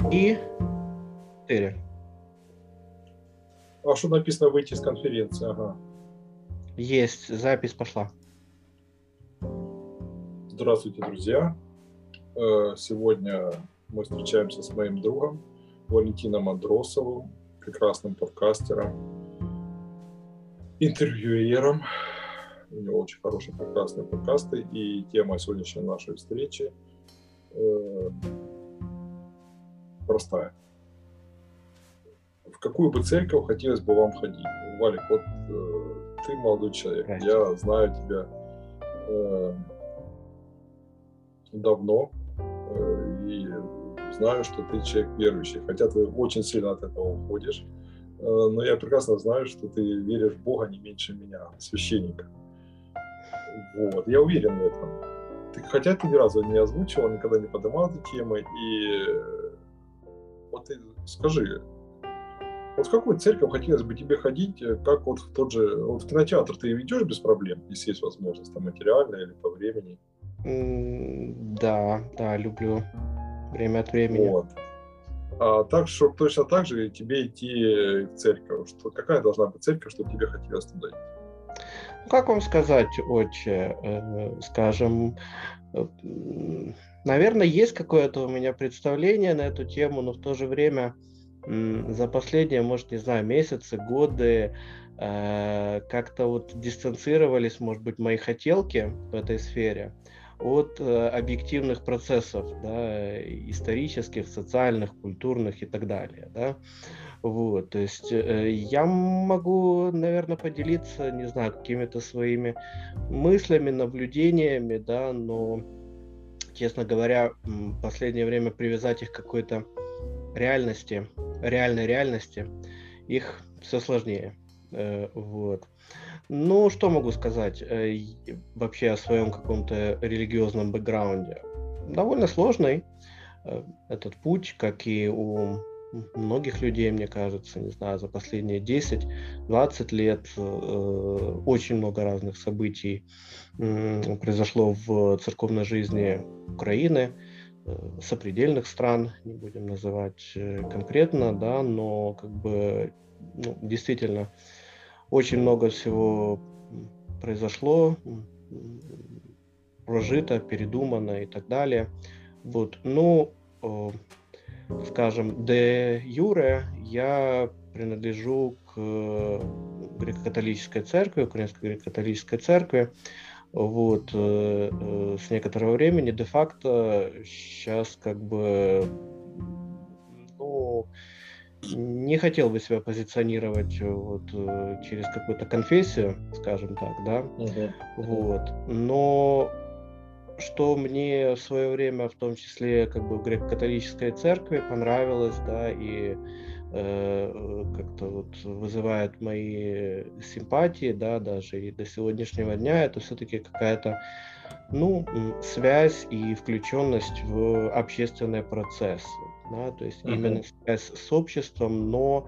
И 4. А что написано выйти из конференции? Ага. Есть, запись пошла. Здравствуйте, друзья. Сегодня мы встречаемся с моим другом Валентином Андросовым, прекрасным подкастером, интервьюером. У него очень хорошие, прекрасные подкасты. И тема сегодняшней нашей встречи простая. В какую бы церковь хотелось бы вам ходить? Валик, вот ты молодой человек. Я знаю тебя давно и знаю, что ты человек верующий, хотя ты очень сильно от этого уходишь. Но я прекрасно знаю, что ты веришь в Бога не меньше меня, священника. Вот. Я уверен в этом. Хотя ты ни разу не озвучивал, никогда не поднимал эти темы. И вот ты скажи, вот в какую церковь хотелось бы тебе ходить, как вот в тот же... Вот в кинотеатр ты ведешь без проблем, если есть возможность, там, материальная или по времени? Да, люблю время от времени. Вот. А так, чтобы точно так же тебе идти в церковь. Какая должна быть церковь, чтобы тебе хотелось туда идти? Как вам сказать, отче, скажем, наверное, есть какое-то у меня представление на эту тему, но в то же время за последние, может, не знаю, месяцы, годы как-то вот дистанцировались, может быть, мои хотелки в этой сфере от объективных процессов, да, исторических, социальных, культурных и так далее, да. Вот, то есть я могу, наверное, поделиться, не знаю, какими-то своими мыслями, наблюдениями, да, но, честно говоря, в последнее время привязать их к какой-то реальности, реальной реальности, их все сложнее. Вот. Ну, что могу сказать вообще о своем каком-то религиозном бэкграунде? Довольно сложный этот путь, как и у многих людей, мне кажется, не знаю, за последние 10-20 лет очень много разных событий произошло в церковной жизни Украины, сопредельных стран, не будем называть конкретно, да, но как бы действительно очень много всего произошло, прожито, передумано и так далее. Вот, ну, скажем, де юре я принадлежу к греко-католической церкви, Украинской греко-католической церкви. Вот, с некоторого времени де-факто сейчас как бы, ну, не хотел бы себя позиционировать вот через какую-то конфессию, скажем так, да, вот, но что мне в свое время, в том числе, как бы в греко-католической церкви понравилось, да, и как-то вот вызывает мои симпатии, да, даже и до сегодняшнего дня, это все-таки какая-то, ну, связь и включенность в общественные процессы, да, то есть именно связь с обществом, но,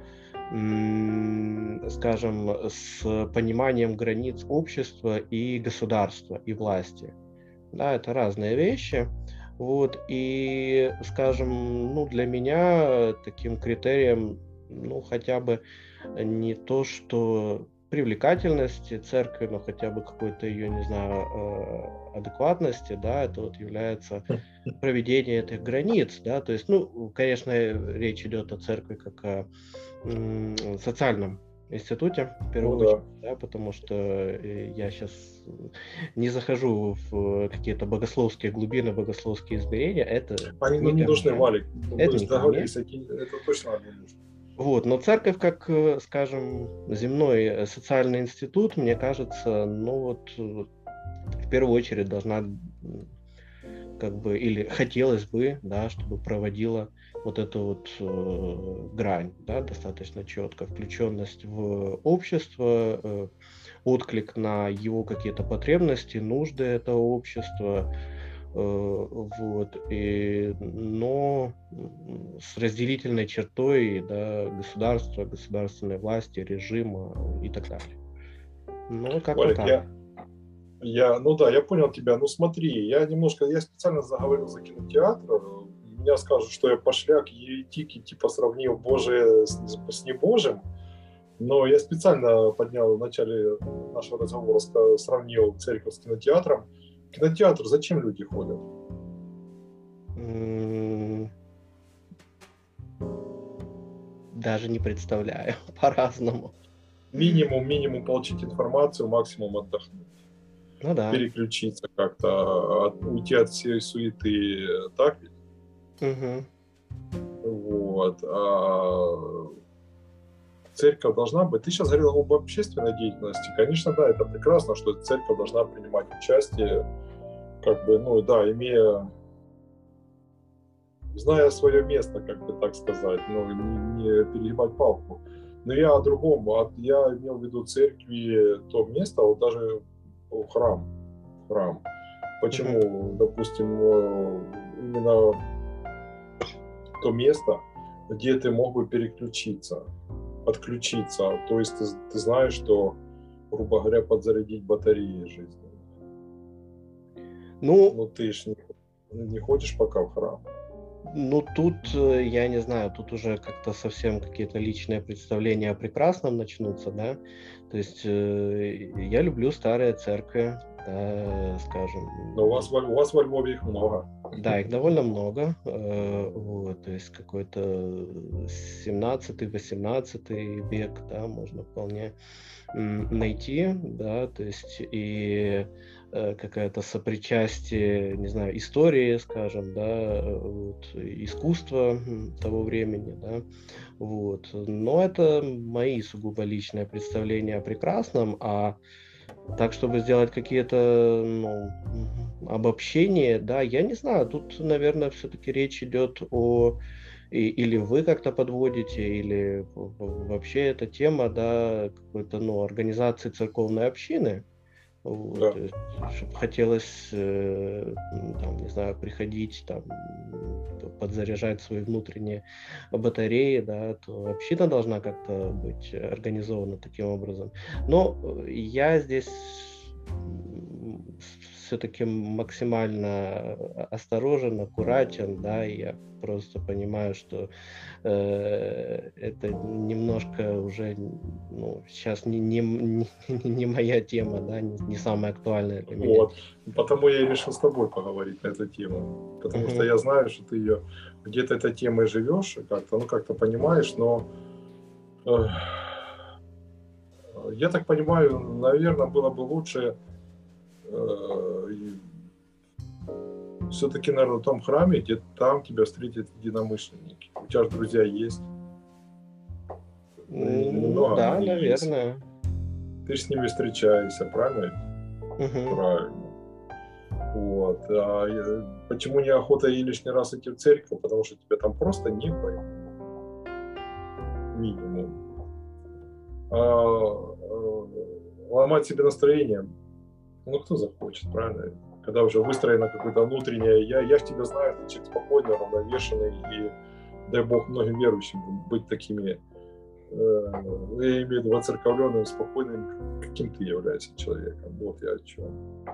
скажем, с пониманием границ общества и государства, и власти. Да, это разные вещи. Вот, и, скажем, ну, для меня таким критерием, ну, хотя бы не то, что привлекательности церкви, но хотя бы какой-то ее, не знаю, адекватности, да, это вот является проведение этих границ, да, то есть, ну, конечно, речь идет о церкви как о социальном институте, в первую очередь, да, потому что я сейчас не захожу в какие-то богословские глубины, богословские измерения. Это они нам не нужны, Валик. Это не договорились, это точно не нужно. Вот, но церковь, как, скажем, земной социальный институт, мне кажется, ну вот в первую очередь должна как бы, или хотелось бы, да, чтобы проводила вот эту вот грань, да, достаточно четко, включенность в общество, отклик на его какие-то потребности, нужды этого общества, вот, но с разделительной чертой, да, государства, государственной власти, режима и так далее. Ну, как-то Валик, так. я понял тебя. Ну смотри, я специально заговорил за кинотеатр. меня скажут, что я пошляк, еретик, и типа сравнил Божие с небожьим. Но я специально поднял в начале нашего разговора, сравнил церковь с кинотеатром. Кинотеатр, зачем люди ходят? Даже не представляю, по-разному. Минимум получить информацию, максимум отдохнуть. Ну да. Переключиться как-то, уйти от всей суеты, так ведь? Угу. Вот. А церковь должна быть. Ты сейчас говорил об общественной деятельности. Конечно, да, это прекрасно, что церковь должна принимать участие, как бы, ну да, зная свое место, как бы так сказать, ну, не перегибать палку. Но я о другом. Я имел в виду церкви, то место, вот даже храм. Почему, допустим, именно то место, где ты мог бы переключиться, отключиться, то есть ты знаешь, что, грубо говоря, подзарядить батареи жизни. Ну ты ж не ходишь пока в храм. Ну, тут, я не знаю, тут уже как-то совсем какие-то личные представления о прекрасном начнутся, да, то есть я люблю старые церкви, да, скажем. Но у вас во Львове их много. Да, их довольно много, вот, то есть какой-то 17-18 век, да, можно вполне найти, да, то есть и какое-то сопричастие, не знаю, истории, скажем, да, вот, искусства того времени, да, вот. Но это мои сугубо личные представления о прекрасном, а так, чтобы сделать какие-то, ну, обобщения, да, я не знаю, тут, наверное, все-таки речь идет о или вы как-то подводите, или вообще эта тема, да, какой-то, ну, организации церковной общины. Вот, Да. то есть, чтобы хотелось, там, не знаю, приходить, там, подзаряжать свои внутренние батареи, да, то община должна как-то быть организована таким образом. Но я здесь все-таки максимально осторожен, аккуратен, да, и я просто понимаю, что это немножко уже, ну, сейчас не моя тема, да, не самая актуальная для меня. Вот, потому я и решил с тобой поговорить на эту тему, потому что я знаю, что ты ее где-то этой темой живешь, как-то, ну, как-то понимаешь, но я так понимаю, наверное, было бы лучше все-таки, наверное, в том храме, где там тебя встретят единомышленники. У тебя же друзья есть. Ну да, наверное. Ты же с ними встречаешься, правильно? Правильно. Вот. А почему неохота и лишний раз идти в церковь? Потому что тебя там просто не поймут. Минимум. Ломать себе настроение, ну кто захочет, правильно? Когда уже выстроено какое-то внутреннее, я ж тебя знаю, ты человек спокойный, равновешенный, и дай Бог многим верующим быть такими, я имею в виду воцерковленным, спокойным, каким ты являешься человеком. Вот я о чем.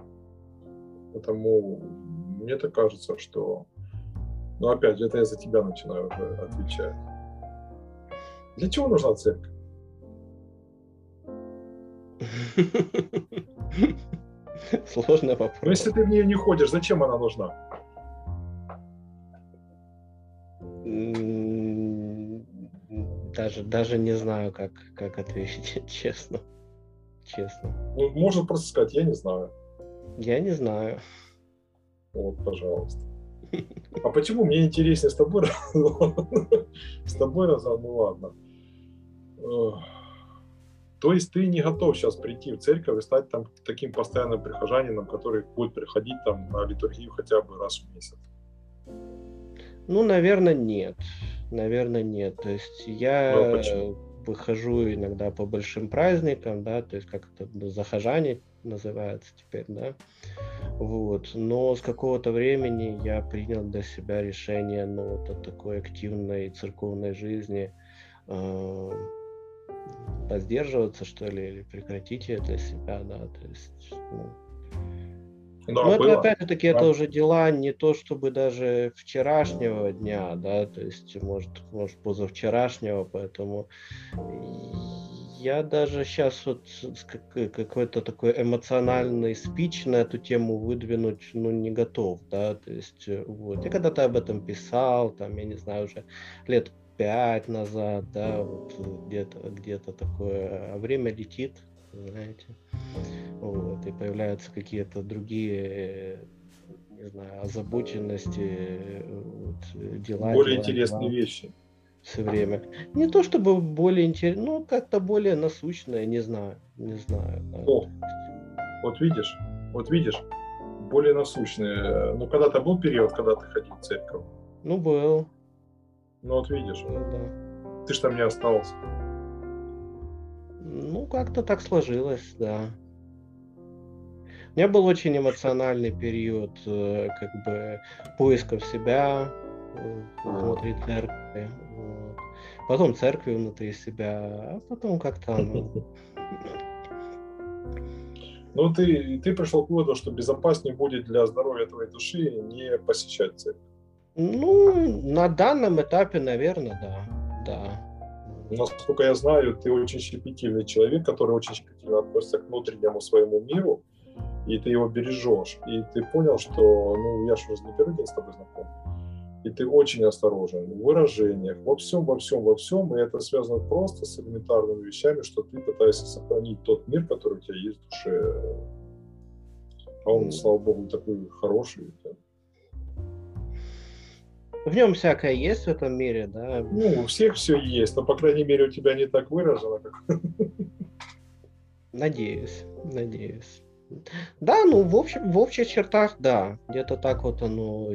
Потому мне так кажется, что, ну опять, это я за тебя начинаю уже отвечать. Для чего нужна церковь? Сложный вопрос. Но если ты в нее не ходишь, зачем она нужна? Даже не знаю, как ответить, честно. Ну, можно просто сказать, я не знаю. Я не знаю. Вот, пожалуйста. А почему мне интереснее с тобой? С тобой, ну ладно. То есть ты не готов сейчас прийти в церковь и стать там таким постоянным прихожанином, который будет приходить там на литургию хотя бы раз в месяц? Ну, наверное, нет. То есть я выхожу иногда по большим праздникам, да, то есть как это захожане называется теперь, да. Вот. Но с какого-то времени я принял для себя решение, ну, вот от такой активной церковной жизни воздерживаться, что ли, или прекратить ее для себя, да, то есть, ну... Ну, Но а это было? опять-таки это А? уже дела не то чтобы даже вчерашнего дня, да, то есть может позавчерашнего, поэтому я даже сейчас вот какой-то такой эмоциональный спич на эту тему выдвинуть, ну, не готов, да, то есть вот. Я когда-то об этом писал, там, я не знаю, уже лет 5 назад, да, вот где-то такое, а время летит, знаете. Вот, и появляются какие-то другие, не знаю, озабоченности, Более интересные дела вещи. все время. Не то чтобы более интересно, ну, как-то более насущное, не знаю, да, О, то есть. вот видишь, более насущные. Ну, когда-то был период, когда ты ходил в церковь. Ну, был, Ну, вот видишь, да. ты ж там не остался. Ну, как-то так сложилось, да. У меня был очень эмоциональный период, как бы поисков себя внутри церкви, вот. Потом церкви внутри себя, а потом как-то оно. Ну, ты пришел к выводу, что безопаснее будет для здоровья твоей души не посещать церковь. Ну, на данном этапе, наверное, да. Да. Насколько я знаю, ты очень щепетильный человек, который очень щепетильно относится к внутреннему своему миру, и ты его бережешь. И ты понял, что, ну, я же уже не первый день с тобой знаком, и ты очень осторожен в выражениях, во всем, и это связано просто с элементарными вещами, что ты пытаешься сохранить тот мир, который у тебя есть в душе. А он, слава богу, такой хороший. В нем всякое есть в этом мире, да. Ну, у всех все есть, но, по крайней мере, у тебя не так выражено, как... Надеюсь, надеюсь. Да, ну, в общих чертах, да. Где-то так вот оно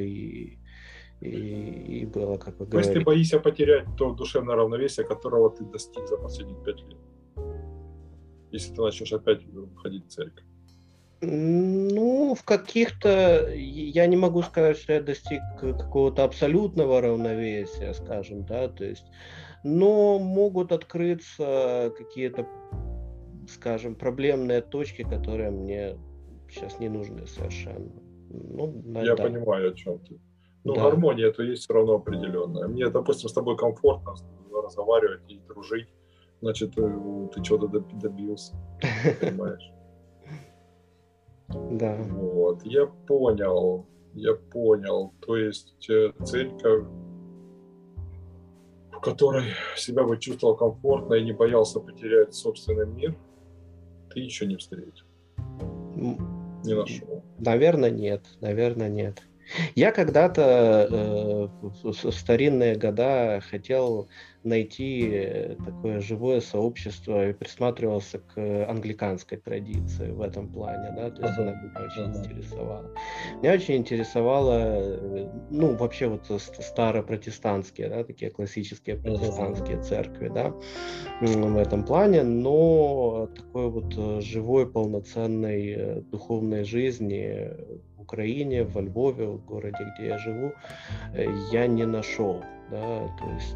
и было, как вы То есть ты говорите. боишься потерять то душевное равновесие, которого ты достиг за последние 5 лет, если ты начнешь опять ходить в церковь. Ну, в каких-то... Я не могу сказать, что я достиг какого-то абсолютного равновесия, скажем, да, то есть... Но могут открыться какие-то, скажем, проблемные точки, которые мне сейчас не нужны совершенно. Ну, Я да, понимаю, о чем ты. Но да. гармония это есть все равно определенная. Мне, допустим, с тобой комфортно разговаривать и дружить. Значит, ты чего-то добился, понимаешь? Да. Вот, я понял. То есть церковь, в которой себя бы чувствовал комфортно и не боялся потерять собственный мир, ты еще не встретил, не нашел. Наверное, нет. Наверное, нет. Я когда-то в старинные года хотел найти такое живое сообщество и присматривался к англиканской традиции в этом плане, да, то есть она меня очень интересовала. Меня очень интересовало, ну, вообще вот старопротестантские, да, такие классические протестантские церкви, да, в этом плане, но такой вот живой, полноценной духовной жизни в Украине, во Львове, в городе, где я живу, я не нашел. Да,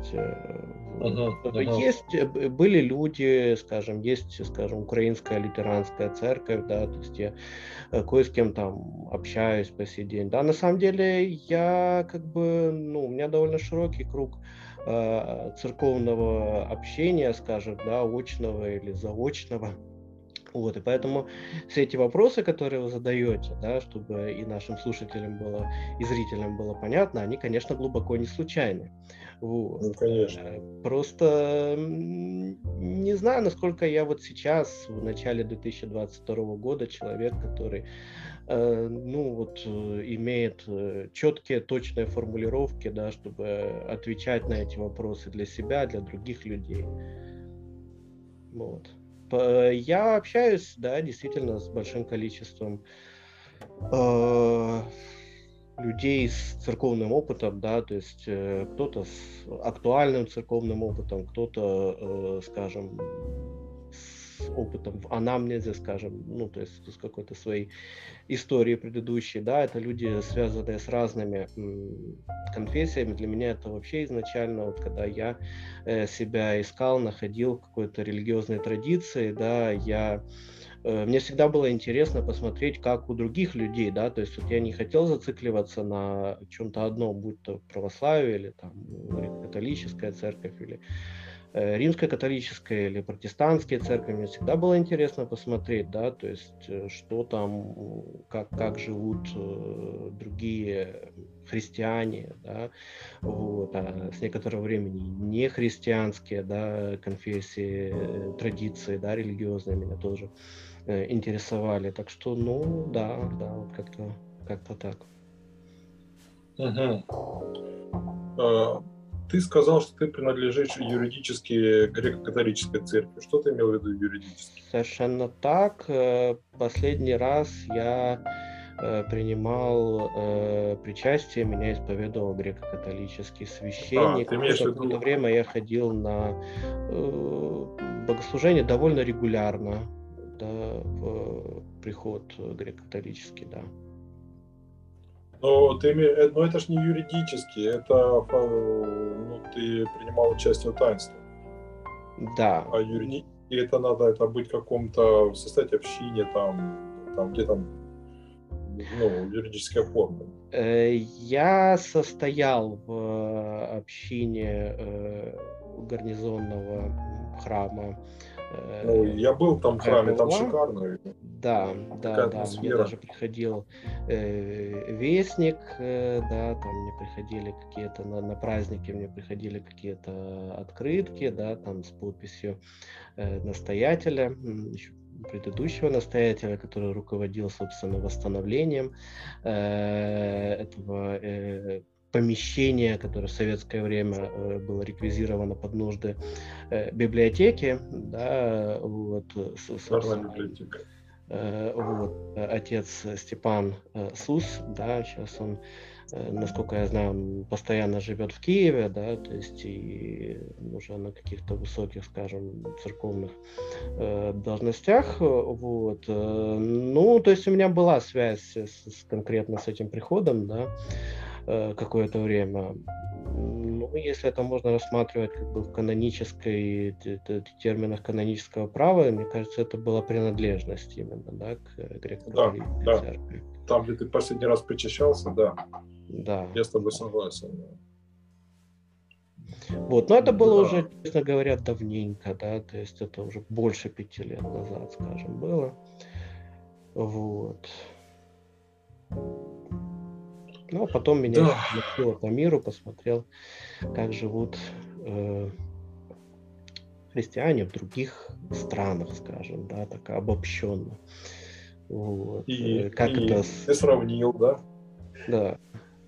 то есть были люди, скажем, есть, скажем, украинская лютеранская церковь, да, то есть я кое с кем там общаюсь по сей день. Да, на самом деле я как бы, ну, у меня довольно широкий круг церковного общения, скажем, да, очного или заочного. Вот, и поэтому все эти вопросы, которые вы задаете, да, чтобы и нашим слушателям было, и зрителям было понятно, они, конечно, глубоко не случайны. Вот. Ну, конечно. Просто не знаю, насколько я вот сейчас, в начале 2022 года, человек, который ну, вот, имеет четкие, точные формулировки, да, чтобы отвечать на эти вопросы для себя, для других людей. Вот. Я общаюсь, да, действительно, с большим количеством людей с церковным опытом, да, то есть кто-то с актуальным церковным опытом, кто-то, скажем, с опытом в анамнезе, скажем, ну, то есть с какой-то своей историей предыдущей, да, это люди, связанные с разными конфессиями. Для меня это вообще изначально, вот когда я себя искал, находил в какой-то религиозной традиции, да, я мне всегда было интересно посмотреть, как у других людей, да, то есть вот я не хотел зацикливаться на чем-то одном, будь то православие или там католическая церковь, или римская католическая, или протестантские церкви. Мне всегда было интересно посмотреть, да, то есть что там, как живут другие христиане, да, вот, а с некоторого времени не христианские, да, конфессии, традиции, да, религиозные меня тоже интересовали. Так что, ну, да, вот как-то так. Ты сказал, что ты принадлежишь юридически греко-католической церкви. Что ты имел в виду юридически? Совершенно так. Последний раз я принимал причастие, меня исповедовал греко-католический священник. Ты имеешь в Какое-то виду... время я ходил на богослужение довольно регулярно, да, в приход греко-католический, да. Но это ж не юридически, это ты принимал участие в таинстве. Да. А юридически это быть в каком-то состоять общине, где там юридическая форма. Я состоял в общине гарнизонного храма. Я был там в храме, там шикарно. Да. Мне даже приходил вестник, да, там мне приходили какие-то на праздники, мне приходили какие-то открытки, да, там с подписью настоятеля, еще предыдущего настоятеля, который руководил, собственно, восстановлением этого помещения, которое в советское время было реквизировано под нужды библиотеки, да, вот, библиотека. Вот, отец Степан Сус, да, сейчас он, насколько я знаю, он постоянно живет в Киеве, да, то есть и уже на каких-то высоких, скажем, церковных должностях, вот, ну, то есть у меня была связь конкретно с этим приходом, да, какое-то время. Ну, если это можно рассматривать как бы в канонической, терминах канонического права, мне кажется, это была принадлежность именно, да, к греко-католической церкви. Там, где ты последний раз причащался, да. Да. Я с тобой согласен. Вот, но это было уже, честно говоря, давненько, да, то есть это уже больше 5 лет назад, скажем, было. Вот. Ну, а потом меня еще носило по миру, посмотрел, как живут христиане в других странах, скажем, да, так обобщенно. Вот. Как это... Ты сравнил, да? Да.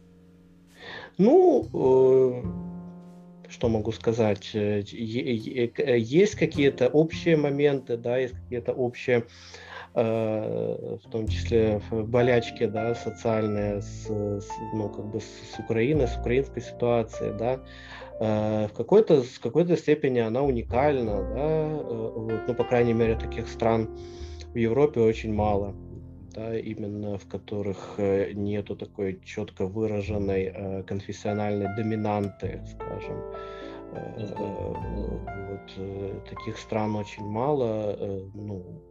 Ну, что могу сказать? Есть какие-то общие моменты, да, есть какие-то общие, в том числе болячки, да, социальные с Украиной, с украинской ситуацией, да. В какой-то степени она уникальна, да, вот, ну, по крайней мере, таких стран в Европе очень мало, да, именно в которых нету такой четко выраженной конфессиональной доминанты, скажем. Вот, таких стран очень мало, ну,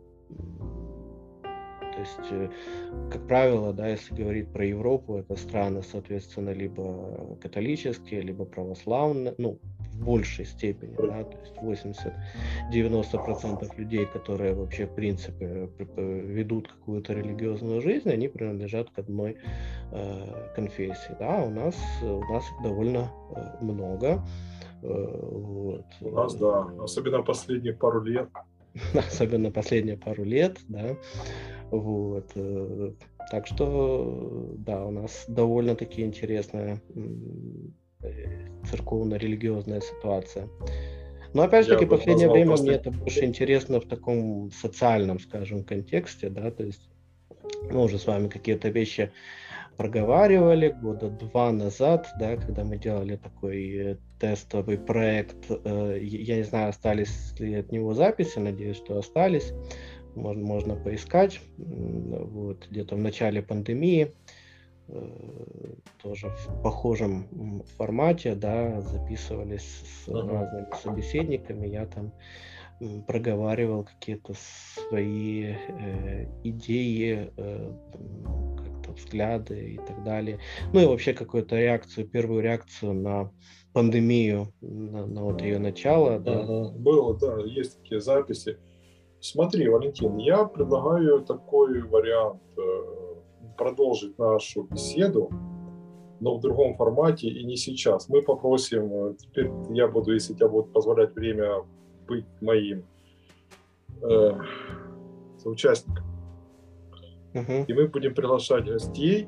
то есть, как правило, да, если говорить про Европу, это страны, соответственно, либо католические, либо православные, ну, в большей степени, да, то есть 80-90% людей, которые вообще, в принципе, ведут какую-то религиозную жизнь, они принадлежат к одной конфессии, да, у нас их довольно много. Вот. У нас, да, особенно последние пару лет. Особенно последние пару лет, да. Вот. Так что, да, у нас довольно-таки интересная церковно-религиозная ситуация. Но опять же таки, в последнее время мне это больше интересно в таком социальном, скажем, контексте, да, то есть мы уже с вами какие-то вещи проговаривали года 2 назад, да, когда мы делали такой тестовый проект. Я не знаю, остались ли от него записи, надеюсь, что остались. Можно поискать. Вот, где-то в начале пандемии, тоже в похожем формате, да, записывались с разными собеседниками. Я там проговаривал какие-то свои идеи, как-то взгляды и так далее. Ну и вообще какую-то реакцию, первую реакцию на пандемию, на вот ее начало, да. Было, да, есть такие записи. Смотри, Валентин, я предлагаю такой вариант продолжить нашу беседу, но в другом формате и не сейчас. Мы попросим, теперь я буду, если тебя будет позволять время, быть моим соучастником. И мы будем приглашать гостей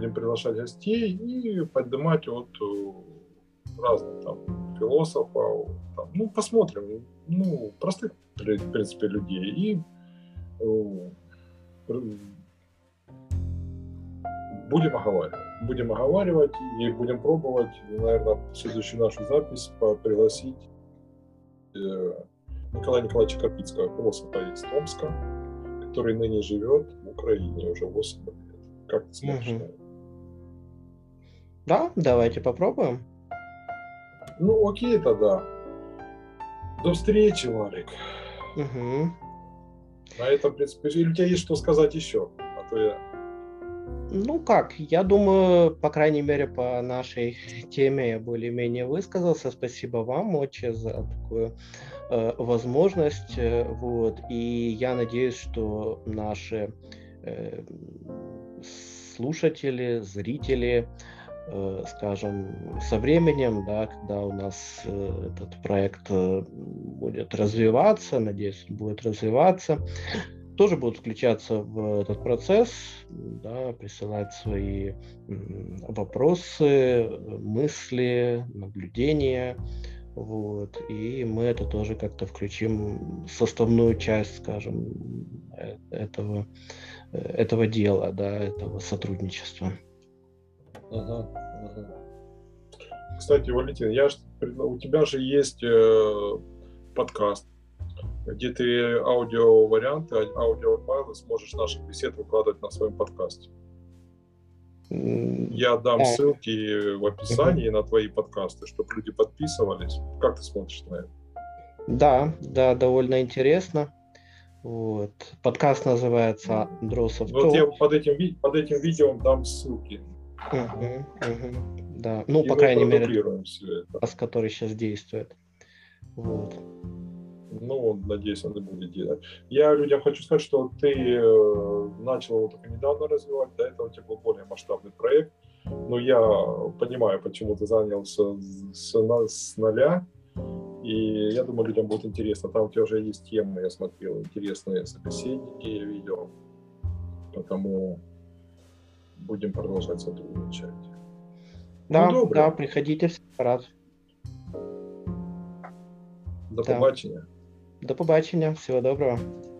и поднимать вот разных там философов, там, ну, посмотрим, ну, простых, в принципе, людей, и будем оговаривать и будем пробовать, наверное, в следующую нашу запись пригласить Николая Николаевича Карпицкого, философа из Томска, который ныне живет в Украине уже 8 лет. Как ты смотришь на это? Да, давайте попробуем. Ну, окей тогда. До встречи, Валик. На этом, в принципе, или у тебя есть что сказать еще? А то я... Ну как, я думаю, по крайней мере, по нашей теме я более-менее высказался. Спасибо вам очень за такую возможность. Вот. И я надеюсь, что наши слушатели, зрители, скажем, со временем, да, когда у нас этот проект будет развиваться, надеюсь, будет развиваться, тоже будут включаться в этот процесс, да, присылать свои вопросы, мысли, наблюдения. Вот, и мы это тоже как-то включим в составную часть, скажем, этого дела, да, этого сотрудничества. Кстати, Валентин, у тебя же есть подкаст, где ты аудиоварианты, аудиофайлы сможешь наших бесед выкладывать на своем подкасте. Я дам ссылки в описании на твои подкасты, чтобы люди подписывались. Как ты смотришь на это? Да, довольно интересно. Вот. Подкаст называется Андросов Talk. Вот я под этим видео дам ссылки. Да, ну, и по крайней мере, все это. Который сейчас действует. Вот. Ну, надеюсь, он и будет делать. Я людям хочу сказать, что ты начал его только недавно развивать, до этого у тебя был более масштабный проект, но я понимаю, почему ты занялся с нуля, и я думаю, людям будет интересно. Там у тебя уже есть темы, я смотрел, интересные собеседники, я видел, потому будем продолжать сотрудничать. Да, приходите, рад. До побачення. До побачення, всего доброго.